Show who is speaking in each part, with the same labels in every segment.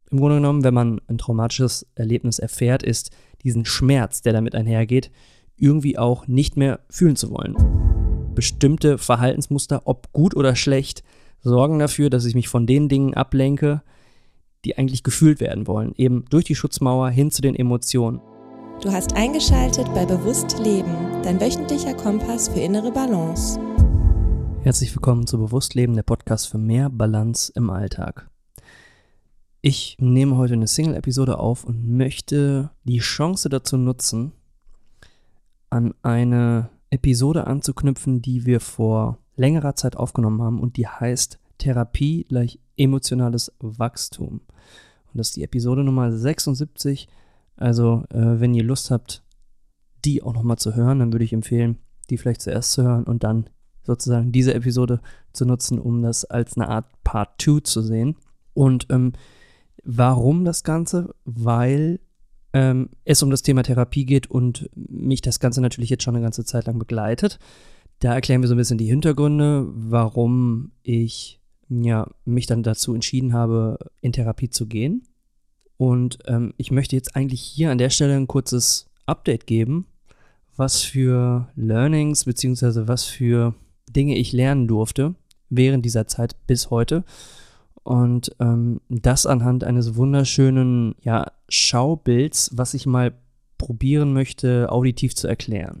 Speaker 1: Im Grunde genommen, wenn man ein traumatisches Erlebnis erfährt, ist diesen Schmerz, der damit einhergeht, irgendwie auch nicht mehr fühlen zu wollen. Bestimmte Verhaltensmuster, ob gut oder schlecht, sorgen dafür, dass ich mich von den Dingen ablenke, die eigentlich gefühlt werden wollen. Eben durch die Schutzmauer hin zu den Emotionen.
Speaker 2: Du hast eingeschaltet bei Bewusst Leben, dein wöchentlicher Kompass für innere Balance.
Speaker 1: Herzlich willkommen zu Bewusst Leben, der Podcast für mehr Balance im Alltag. Ich nehme heute eine Single-Episode auf und möchte die Chance dazu nutzen, an eine Episode anzuknüpfen, die wir vor längerer Zeit aufgenommen haben und die heißt Therapie gleich emotionales Wachstum. Und das ist die Episode Nummer 76. Also wenn ihr Lust habt, die auch nochmal zu hören, dann würde ich empfehlen, die vielleicht zuerst zu hören und dann sozusagen diese Episode zu nutzen, um das als eine Art Part 2 zu sehen. Und warum das Ganze? Weil es um das Thema Therapie geht und mich das Ganze natürlich jetzt schon eine ganze Zeit lang begleitet. Da erklären wir so ein bisschen die Hintergründe, warum ich mich dann dazu entschieden habe, in Therapie zu gehen. Und ich möchte jetzt eigentlich hier an der Stelle ein kurzes Update geben, was für Learnings bzw. was für Dinge ich lernen durfte während dieser Zeit bis heute. Und das anhand eines wunderschönen Schaubilds, was ich mal probieren möchte, auditiv zu erklären.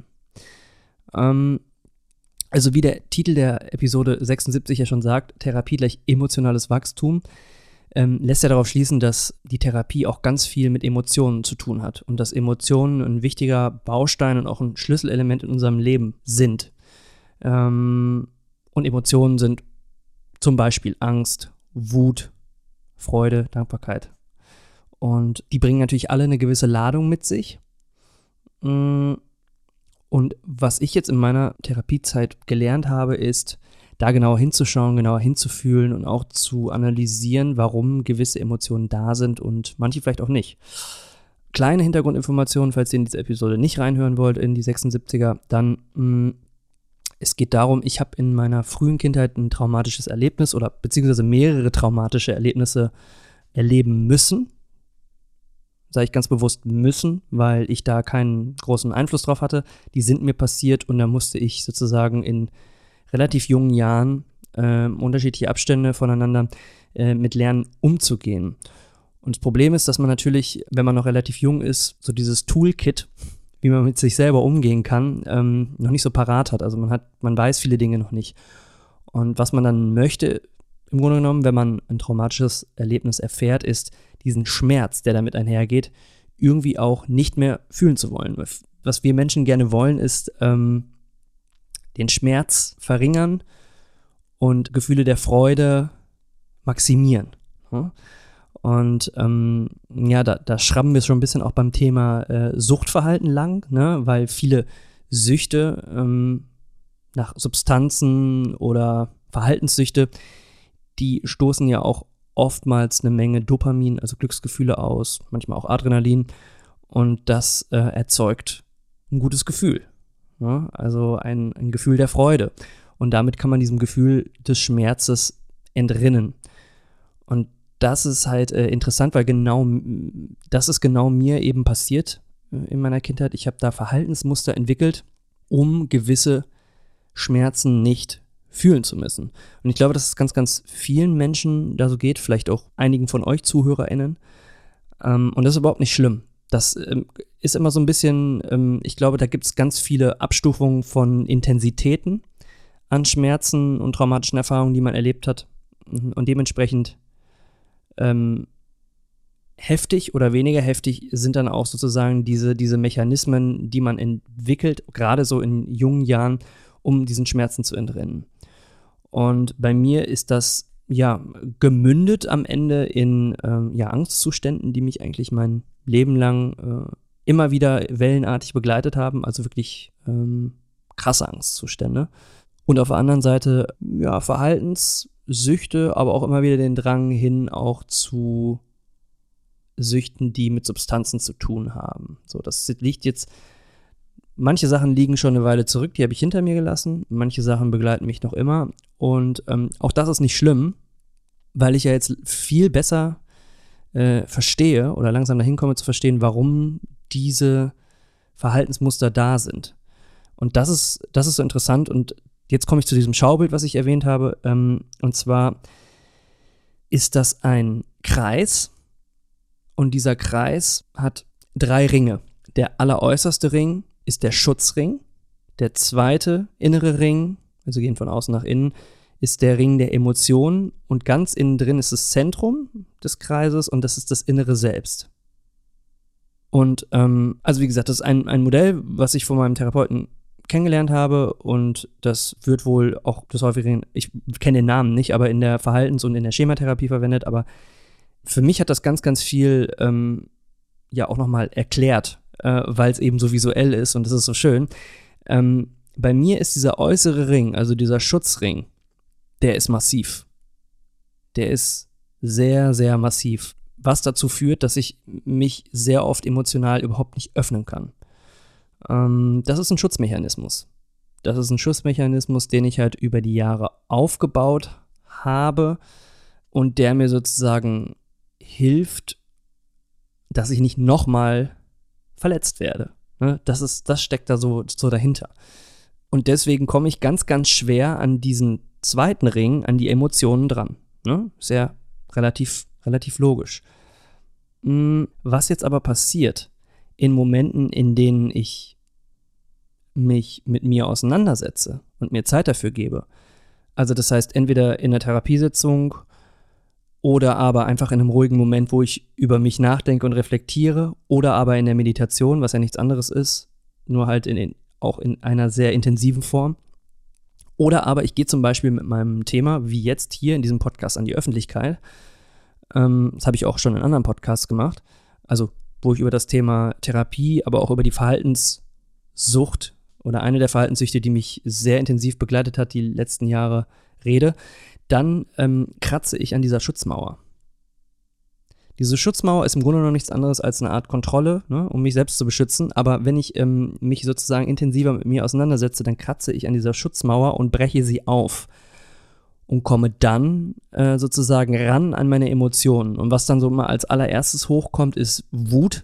Speaker 1: Also wie der Titel der Episode 76 ja schon sagt, Therapie gleich emotionales Wachstum, lässt ja darauf schließen, dass die Therapie auch ganz viel mit Emotionen zu tun hat und dass Emotionen ein wichtiger Baustein und auch ein Schlüsselelement in unserem Leben sind. Und Emotionen sind zum Beispiel Angst, Wut, Freude, Dankbarkeit. Und die bringen natürlich alle eine gewisse Ladung mit sich. Und was ich jetzt in meiner Therapiezeit gelernt habe, ist, da genauer hinzuschauen, genauer hinzufühlen und auch zu analysieren, warum gewisse Emotionen da sind und manche vielleicht auch nicht. Kleine Hintergrundinformationen, falls ihr in diese Episode nicht reinhören wollt, in die 76er, dann es geht darum, ich habe in meiner frühen Kindheit ein traumatisches Erlebnis oder beziehungsweise mehrere traumatische Erlebnisse erleben müssen. Sage ich ganz bewusst müssen, weil ich da keinen großen Einfluss drauf hatte. Die sind mir passiert und da musste ich sozusagen in relativ jungen Jahren unterschiedliche Abstände voneinander mit lernen umzugehen. Und das Problem ist, dass man natürlich, wenn man noch relativ jung ist, so dieses Toolkit, wie man mit sich selber umgehen kann, noch nicht so parat hat. Also man weiß viele Dinge noch nicht. Und was man dann möchte, im Grunde genommen, wenn man ein traumatisches Erlebnis erfährt, ist diesen Schmerz, der damit einhergeht, irgendwie auch nicht mehr fühlen zu wollen. Was wir Menschen gerne wollen, ist den Schmerz verringern und Gefühle der Freude maximieren. Ja? Und da schrammen wir schon ein bisschen auch beim Thema Suchtverhalten lang, ne? Weil viele Süchte nach Substanzen oder Verhaltenssüchte, die stoßen ja auch oftmals eine Menge Dopamin, also Glücksgefühle aus, manchmal auch Adrenalin und das erzeugt ein gutes Gefühl, ne? Also ein Gefühl der Freude und damit kann man diesem Gefühl des Schmerzes entrinnen und das ist halt interessant, weil das ist genau mir eben passiert in meiner Kindheit. Ich habe da Verhaltensmuster entwickelt, um gewisse Schmerzen nicht fühlen zu müssen. Und ich glaube, dass es ganz, ganz vielen Menschen da so geht, vielleicht auch einigen von euch ZuhörerInnen. Und das ist überhaupt nicht schlimm. Das ist immer so ein bisschen, ich glaube, da gibt es ganz viele Abstufungen von Intensitäten an Schmerzen und traumatischen Erfahrungen, die man erlebt hat. Und dementsprechend heftig oder weniger heftig sind dann auch sozusagen diese Mechanismen, die man entwickelt, gerade so in jungen Jahren, um diesen Schmerzen zu entrinnen. Und bei mir ist das gemündet am Ende in Angstzuständen, die mich eigentlich mein Leben lang immer wieder wellenartig begleitet haben, also wirklich krasse Angstzustände. Und auf der anderen Seite Verhaltenssüchte, aber auch immer wieder den Drang hin auch zu Süchten, die mit Substanzen zu tun haben. So, das liegt jetzt, manche Sachen liegen schon eine Weile zurück, die habe ich hinter mir gelassen, manche Sachen begleiten mich noch immer und auch das ist nicht schlimm, weil ich ja jetzt viel besser verstehe oder langsam dahin komme zu verstehen, warum diese Verhaltensmuster da sind. Und das ist so interessant. Und jetzt komme ich zu diesem Schaubild, was ich erwähnt habe. Und zwar ist das ein Kreis. Und dieser Kreis hat 3 Ringe. Der alleräußerste Ring ist der Schutzring. Der zweite innere Ring, also gehen von außen nach innen, ist der Ring der Emotionen. Und ganz innen drin ist das Zentrum des Kreises und das ist das innere Selbst. Und also wie gesagt, das ist ein Modell, was ich von meinem Therapeuten kennengelernt habe und das wird wohl auch des Häufigeren, ich kenne den Namen nicht, aber in der Verhaltens- und in der Schematherapie verwendet, aber für mich hat das ganz, ganz viel ja auch nochmal erklärt, weil es eben so visuell ist und das ist so schön. Bei mir ist dieser äußere Ring, also dieser Schutzring, der ist massiv. Der ist sehr, sehr massiv, was dazu führt, dass ich mich sehr oft emotional überhaupt nicht öffnen kann. Das ist ein Schutzmechanismus. Das ist ein Schutzmechanismus, den ich halt über die Jahre aufgebaut habe und der mir sozusagen hilft, dass ich nicht nochmal verletzt werde. Das steckt da so dahinter. Und deswegen komme ich ganz, ganz schwer an diesen zweiten Ring, an die Emotionen dran. Ist ja relativ logisch. Was jetzt aber passiert in Momenten, in denen ich mich mit mir auseinandersetze und mir Zeit dafür gebe, also das heißt entweder in einer Therapiesitzung oder aber einfach in einem ruhigen Moment, wo ich über mich nachdenke und reflektiere oder aber in der Meditation, was ja nichts anderes ist, nur halt auch in einer sehr intensiven Form. Oder aber ich gehe zum Beispiel mit meinem Thema, wie jetzt hier in diesem Podcast, an die Öffentlichkeit. Das habe ich auch schon in anderen Podcasts gemacht. Also wo ich über das Thema Therapie, aber auch über die Verhaltenssucht oder eine der Verhaltenssüchte, die mich sehr intensiv begleitet hat die letzten Jahre, rede, dann kratze ich an dieser Schutzmauer. Diese Schutzmauer ist im Grunde noch nichts anderes als eine Art Kontrolle, um mich selbst zu beschützen. Aber wenn ich mich sozusagen intensiver mit mir auseinandersetze, dann kratze ich an dieser Schutzmauer und breche sie auf und komme dann sozusagen ran an meine Emotionen. Und was dann so mal als allererstes hochkommt, ist Wut.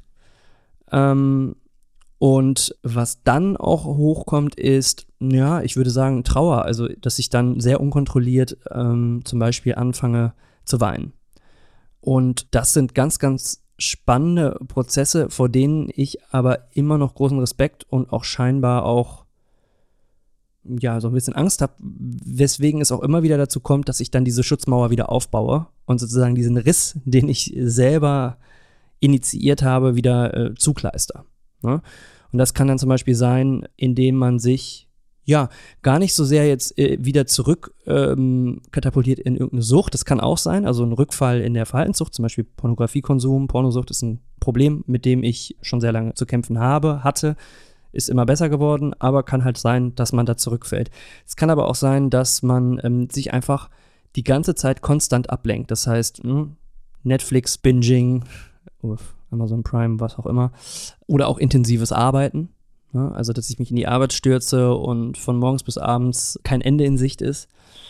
Speaker 1: Und was dann auch hochkommt, ist, ja, ich würde sagen Trauer. Also, dass ich dann sehr unkontrolliert zum Beispiel anfange zu weinen. Und das sind ganz, ganz spannende Prozesse, vor denen ich aber immer noch großen Respekt und auch scheinbar auch ja, so ein bisschen Angst habe, weswegen es auch immer wieder dazu kommt, dass ich dann diese Schutzmauer wieder aufbaue und sozusagen diesen Riss, den ich selber initiiert habe, wieder zukleister. Ne? Und das kann dann zum Beispiel sein, indem man sich ja gar nicht so sehr jetzt wieder zurück katapultiert in irgendeine Sucht. Das kann auch sein, also ein Rückfall in der Verhaltenssucht, zum Beispiel Pornografiekonsum. Pornosucht ist ein Problem, mit dem ich schon sehr lange zu kämpfen hatte. Ist immer besser geworden, aber kann halt sein, dass man da zurückfällt. Es kann aber auch sein, dass man sich einfach die ganze Zeit konstant ablenkt. Das heißt, Netflix, Binging, Amazon Prime, was auch immer. Oder auch intensives Arbeiten. Ja, also, dass ich mich in die Arbeit stürze und von morgens bis abends kein Ende in Sicht ist.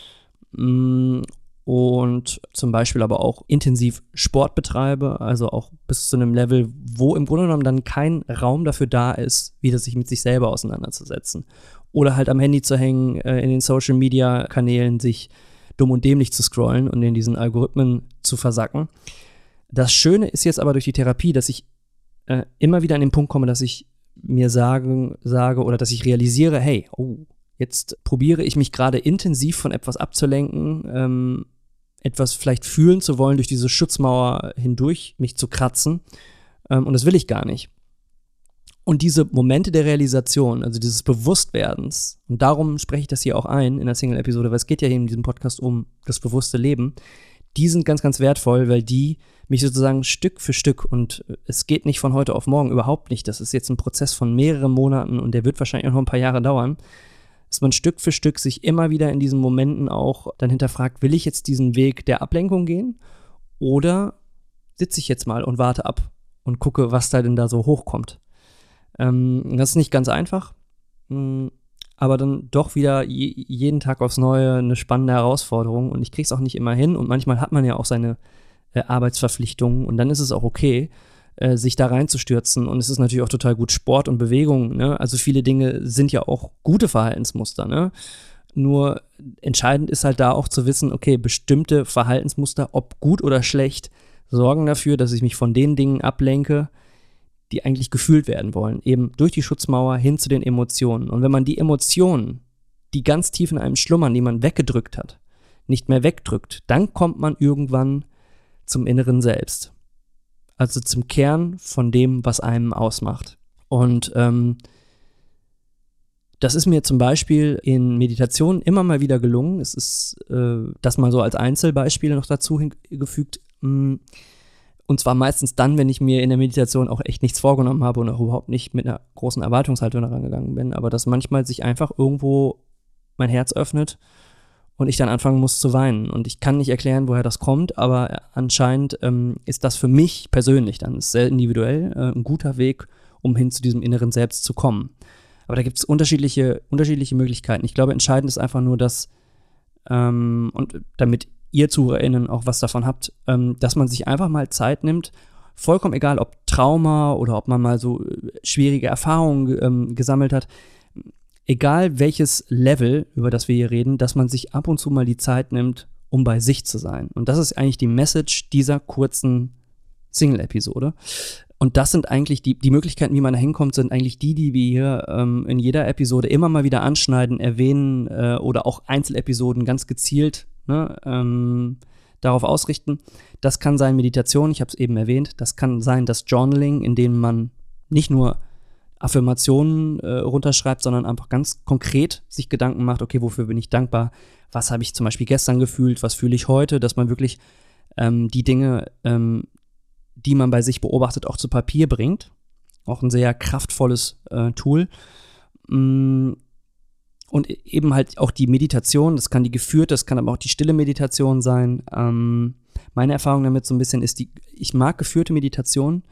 Speaker 1: Und zum Beispiel aber auch intensiv Sport betreibe, also auch bis zu einem Level, wo im Grunde genommen dann kein Raum dafür da ist, wieder sich mit sich selber auseinanderzusetzen. Oder halt am Handy zu hängen, in den Social-Media-Kanälen sich dumm und dämlich zu scrollen und in diesen Algorithmen zu versacken. Das Schöne ist jetzt aber durch die Therapie, dass ich immer wieder an den Punkt komme, dass ich mir sage oder dass ich realisiere, hey, jetzt probiere ich mich gerade intensiv von etwas abzulenken, etwas vielleicht fühlen zu wollen, durch diese Schutzmauer hindurch mich zu kratzen. Und das will ich gar nicht. Und diese Momente der Realisation, also dieses Bewusstwerdens, und darum spreche ich das hier auch ein in der Single-Episode, weil es geht ja hier in diesem Podcast um das bewusste Leben, die sind ganz, ganz wertvoll, weil die mich sozusagen Stück für Stück, und es geht nicht von heute auf morgen, überhaupt nicht, das ist jetzt ein Prozess von mehreren Monaten und der wird wahrscheinlich noch ein paar Jahre dauern, dass man Stück für Stück sich immer wieder in diesen Momenten auch dann hinterfragt, will ich jetzt diesen Weg der Ablenkung gehen oder sitze ich jetzt mal und warte ab und gucke, was da denn da so hochkommt. Das ist nicht ganz einfach, aber dann doch wieder jeden Tag aufs Neue eine spannende Herausforderung und ich kriege es auch nicht immer hin und manchmal hat man ja auch seine Arbeitsverpflichtungen und dann ist es auch okay, sich da reinzustürzen und es ist natürlich auch total gut Sport und Bewegung, ne? Also viele Dinge sind ja auch gute Verhaltensmuster, ne? Nur entscheidend ist halt da auch zu wissen, okay, bestimmte Verhaltensmuster, ob gut oder schlecht, sorgen dafür, dass ich mich von den Dingen ablenke, die eigentlich gefühlt werden wollen, eben durch die Schutzmauer hin zu den Emotionen. Und wenn man die Emotionen, die ganz tief in einem schlummern, die man weggedrückt hat, nicht mehr wegdrückt, dann kommt man irgendwann zum inneren Selbst. Also zum Kern von dem, was einem ausmacht. Und das ist mir zum Beispiel in Meditationen immer mal wieder gelungen. Es ist das mal so als Einzelbeispiele noch dazu hingefügt. Und zwar meistens dann, wenn ich mir in der Meditation auch echt nichts vorgenommen habe und auch überhaupt nicht mit einer großen Erwartungshaltung daran gegangen bin. Aber dass manchmal sich einfach irgendwo mein Herz öffnet und ich dann anfangen muss zu weinen. Und ich kann nicht erklären, woher das kommt, aber anscheinend ist das für mich persönlich dann, ist sehr individuell, ein guter Weg, um hin zu diesem inneren Selbst zu kommen. Aber da gibt es unterschiedliche Möglichkeiten. Ich glaube, entscheidend ist einfach nur, dass, und damit ihr ZuhörerInnen auch was davon habt, dass man sich einfach mal Zeit nimmt, vollkommen egal, ob Trauma oder ob man mal so schwierige Erfahrungen gesammelt hat, egal welches Level, über das wir hier reden, dass man sich ab und zu mal die Zeit nimmt, um bei sich zu sein. Und das ist eigentlich die Message dieser kurzen Single-Episode. Und das sind eigentlich die Möglichkeiten, wie man da hinkommt, sind eigentlich die wir hier in jeder Episode immer mal wieder anschneiden, erwähnen oder auch Einzelepisoden ganz gezielt darauf ausrichten. Das kann sein Meditation, ich habe es eben erwähnt. Das kann sein das Journaling, in dem man nicht nur Affirmationen runterschreibt, sondern einfach ganz konkret sich Gedanken macht, okay, wofür bin ich dankbar? Was habe ich zum Beispiel gestern gefühlt? Was fühle ich heute? Dass man wirklich die Dinge die man bei sich beobachtet, auch zu Papier bringt. Auch ein sehr kraftvolles Tool. Und eben halt auch die Meditation, das kann die geführte, das kann aber auch die stille Meditation sein. Meine Erfahrung damit so ein bisschen ist, ich mag geführte Meditation,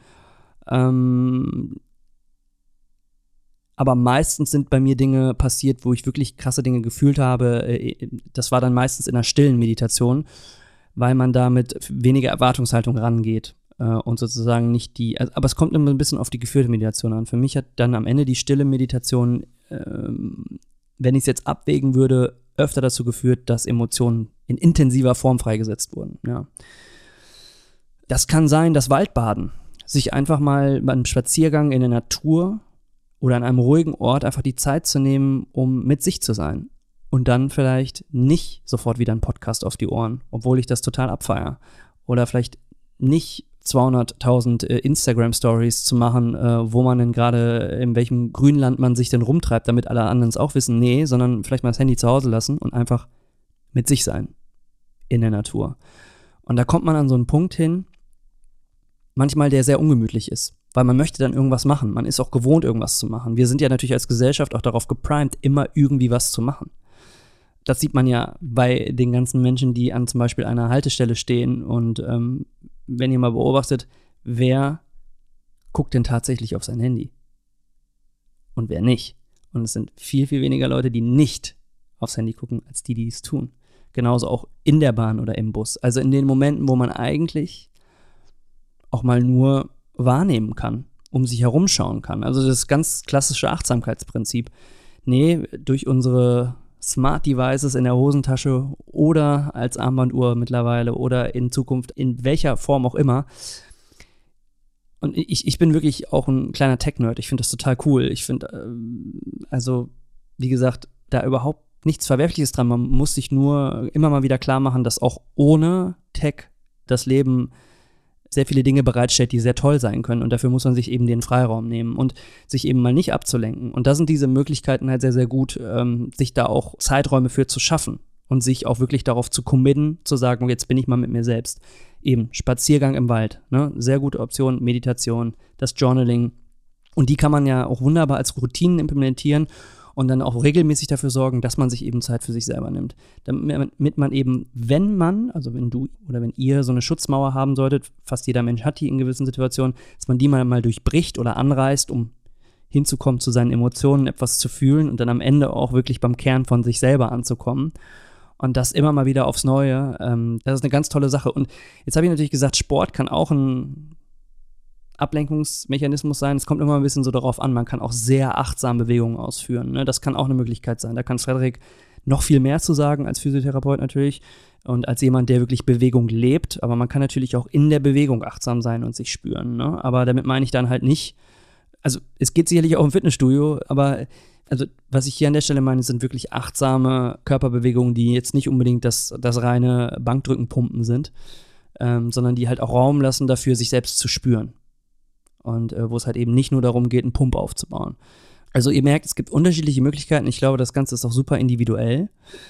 Speaker 1: aber meistens sind bei mir Dinge passiert, wo ich wirklich krasse Dinge gefühlt habe. Das war dann meistens in einer stillen Meditation, weil man da mit weniger Erwartungshaltung rangeht. Und sozusagen nicht aber es kommt immer ein bisschen auf die geführte Meditation an. Für mich hat dann am Ende die stille Meditation, wenn ich es jetzt abwägen würde, öfter dazu geführt, dass Emotionen in intensiver Form freigesetzt wurden. Ja. Das kann sein, das Waldbaden, sich einfach mal beim Spaziergang in der Natur oder an einem ruhigen Ort einfach die Zeit zu nehmen, um mit sich zu sein. Und dann vielleicht nicht sofort wieder einen Podcast auf die Ohren, obwohl ich das total abfeiere. Oder vielleicht nicht 200.000 Instagram-Stories zu machen, wo man denn gerade, in welchem Grünland man sich denn rumtreibt, damit alle anderen es auch wissen. Nee, sondern vielleicht mal das Handy zu Hause lassen und einfach mit sich sein in der Natur. Und da kommt man an so einen Punkt hin, manchmal der sehr ungemütlich ist, weil man möchte dann irgendwas machen. Man ist auch gewohnt, irgendwas zu machen. Wir sind ja natürlich als Gesellschaft auch darauf geprimed, immer irgendwie was zu machen. Das sieht man ja bei den ganzen Menschen, die an zum Beispiel einer Haltestelle stehen und wenn ihr mal beobachtet, wer guckt denn tatsächlich auf sein Handy und wer nicht. Und es sind viel, viel weniger Leute, die nicht aufs Handy gucken, als die es tun. Genauso auch in der Bahn oder im Bus. Also in den Momenten, wo man eigentlich auch mal nur wahrnehmen kann, um sich herumschauen kann. Also das ganz klassische Achtsamkeitsprinzip. Nee, durch unsere Smart Devices in der Hosentasche oder als Armbanduhr mittlerweile oder in Zukunft in welcher Form auch immer. Und ich bin wirklich auch ein kleiner Tech-Nerd. Ich finde das total cool. Ich finde, also wie gesagt, da überhaupt nichts Verwerfliches dran. Man muss sich nur immer mal wieder klar machen, dass auch ohne Tech das Leben sehr viele Dinge bereitstellt, die sehr toll sein können. Und dafür muss man sich eben den Freiraum nehmen und sich eben mal nicht abzulenken. Und da sind diese Möglichkeiten halt sehr, sehr gut, sich da auch Zeiträume für zu schaffen und sich auch wirklich darauf zu committen, zu sagen, jetzt bin ich mal mit mir selbst. Eben Spaziergang im Wald, ne? Sehr gute Option, Meditation, das Journaling. Und die kann man ja auch wunderbar als Routinen implementieren und dann auch regelmäßig dafür sorgen, dass man sich eben Zeit für sich selber nimmt. Damit man eben, wenn du oder wenn ihr so eine Schutzmauer haben solltet, fast jeder Mensch hat die in gewissen Situationen, dass man die mal durchbricht oder anreißt, um hinzukommen zu seinen Emotionen, etwas zu fühlen und dann am Ende auch wirklich beim Kern von sich selber anzukommen. Und das immer mal wieder aufs Neue. Das ist eine ganz tolle Sache. Und jetzt habe ich natürlich gesagt, Sport kann auch ein Ablenkungsmechanismus sein. Es kommt immer ein bisschen so darauf an, man kann auch sehr achtsam Bewegungen ausführen. Ne? Das kann auch eine Möglichkeit sein. Da kann Frederik noch viel mehr zu sagen als Physiotherapeut natürlich und als jemand, der wirklich Bewegung lebt. Aber man kann natürlich auch in der Bewegung achtsam sein und sich spüren. Ne? Aber damit meine ich dann halt nicht, also es geht sicherlich auch im Fitnessstudio, aber also was ich hier an der Stelle meine, sind wirklich achtsame Körperbewegungen, die jetzt nicht unbedingt das reine Bankdrücken-Pumpen sind, sondern die halt auch Raum lassen dafür, sich selbst zu spüren. Und wo es halt eben nicht nur darum geht, einen Pump aufzubauen. Also ihr merkt, es gibt unterschiedliche Möglichkeiten. Ich glaube, das Ganze ist auch super individuell.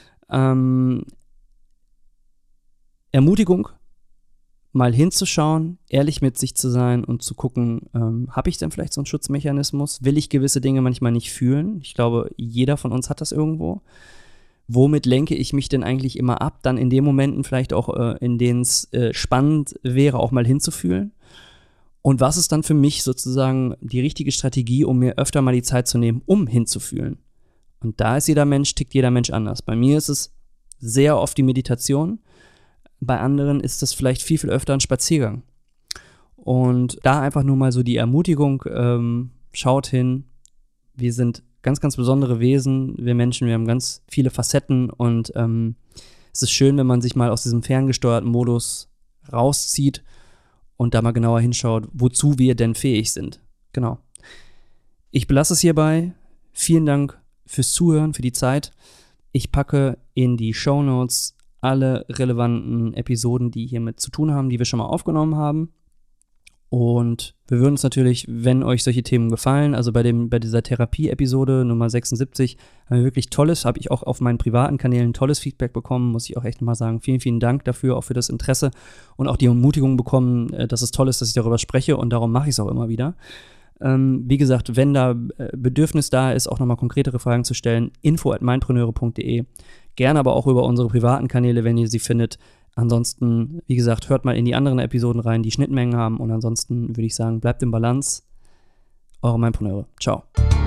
Speaker 1: Ermutigung, mal hinzuschauen, ehrlich mit sich zu sein und zu gucken, habe ich denn vielleicht so einen Schutzmechanismus? Will ich gewisse Dinge manchmal nicht fühlen? Ich glaube, jeder von uns hat das irgendwo. Womit lenke ich mich denn eigentlich immer ab? Dann in den Momenten vielleicht auch, in denen es spannend wäre, auch mal hinzufühlen. Und was ist dann für mich sozusagen die richtige Strategie, um mir öfter mal die Zeit zu nehmen, um hinzufühlen? Und da ist tickt jeder Mensch anders. Bei mir ist es sehr oft die Meditation. Bei anderen ist das vielleicht viel, viel öfter ein Spaziergang. Und da einfach nur mal so die Ermutigung, schaut hin. Wir sind ganz, ganz besondere Wesen. Wir Menschen, wir haben ganz viele Facetten. Und es ist schön, wenn man sich mal aus diesem ferngesteuerten Modus rauszieht und da mal genauer hinschaut, wozu wir denn fähig sind. Genau. Ich belasse es hierbei. Vielen Dank fürs Zuhören, für die Zeit. Ich packe in die Shownotes alle relevanten Episoden, die hiermit zu tun haben, die wir schon mal aufgenommen haben. Und wir würden uns natürlich, wenn euch solche Themen gefallen, also bei dieser Therapie-Episode Nummer 76, haben wir wirklich habe ich auch auf meinen privaten Kanälen tolles Feedback bekommen, muss ich auch echt mal sagen. Vielen, vielen Dank dafür, auch für das Interesse und auch die Ermutigung bekommen, dass es toll ist, dass ich darüber spreche und darum mache ich es auch immer wieder. Wie gesagt, wenn da Bedürfnis da ist, auch nochmal konkretere Fragen zu stellen, info@mindpreneure.de. Gerne aber auch über unsere privaten Kanäle, wenn ihr sie findet. Ansonsten, wie gesagt, hört mal in die anderen Episoden rein, die Schnittmengen haben. Und ansonsten würde ich sagen, bleibt im Balance. Eure Mindpreneure. Ciao.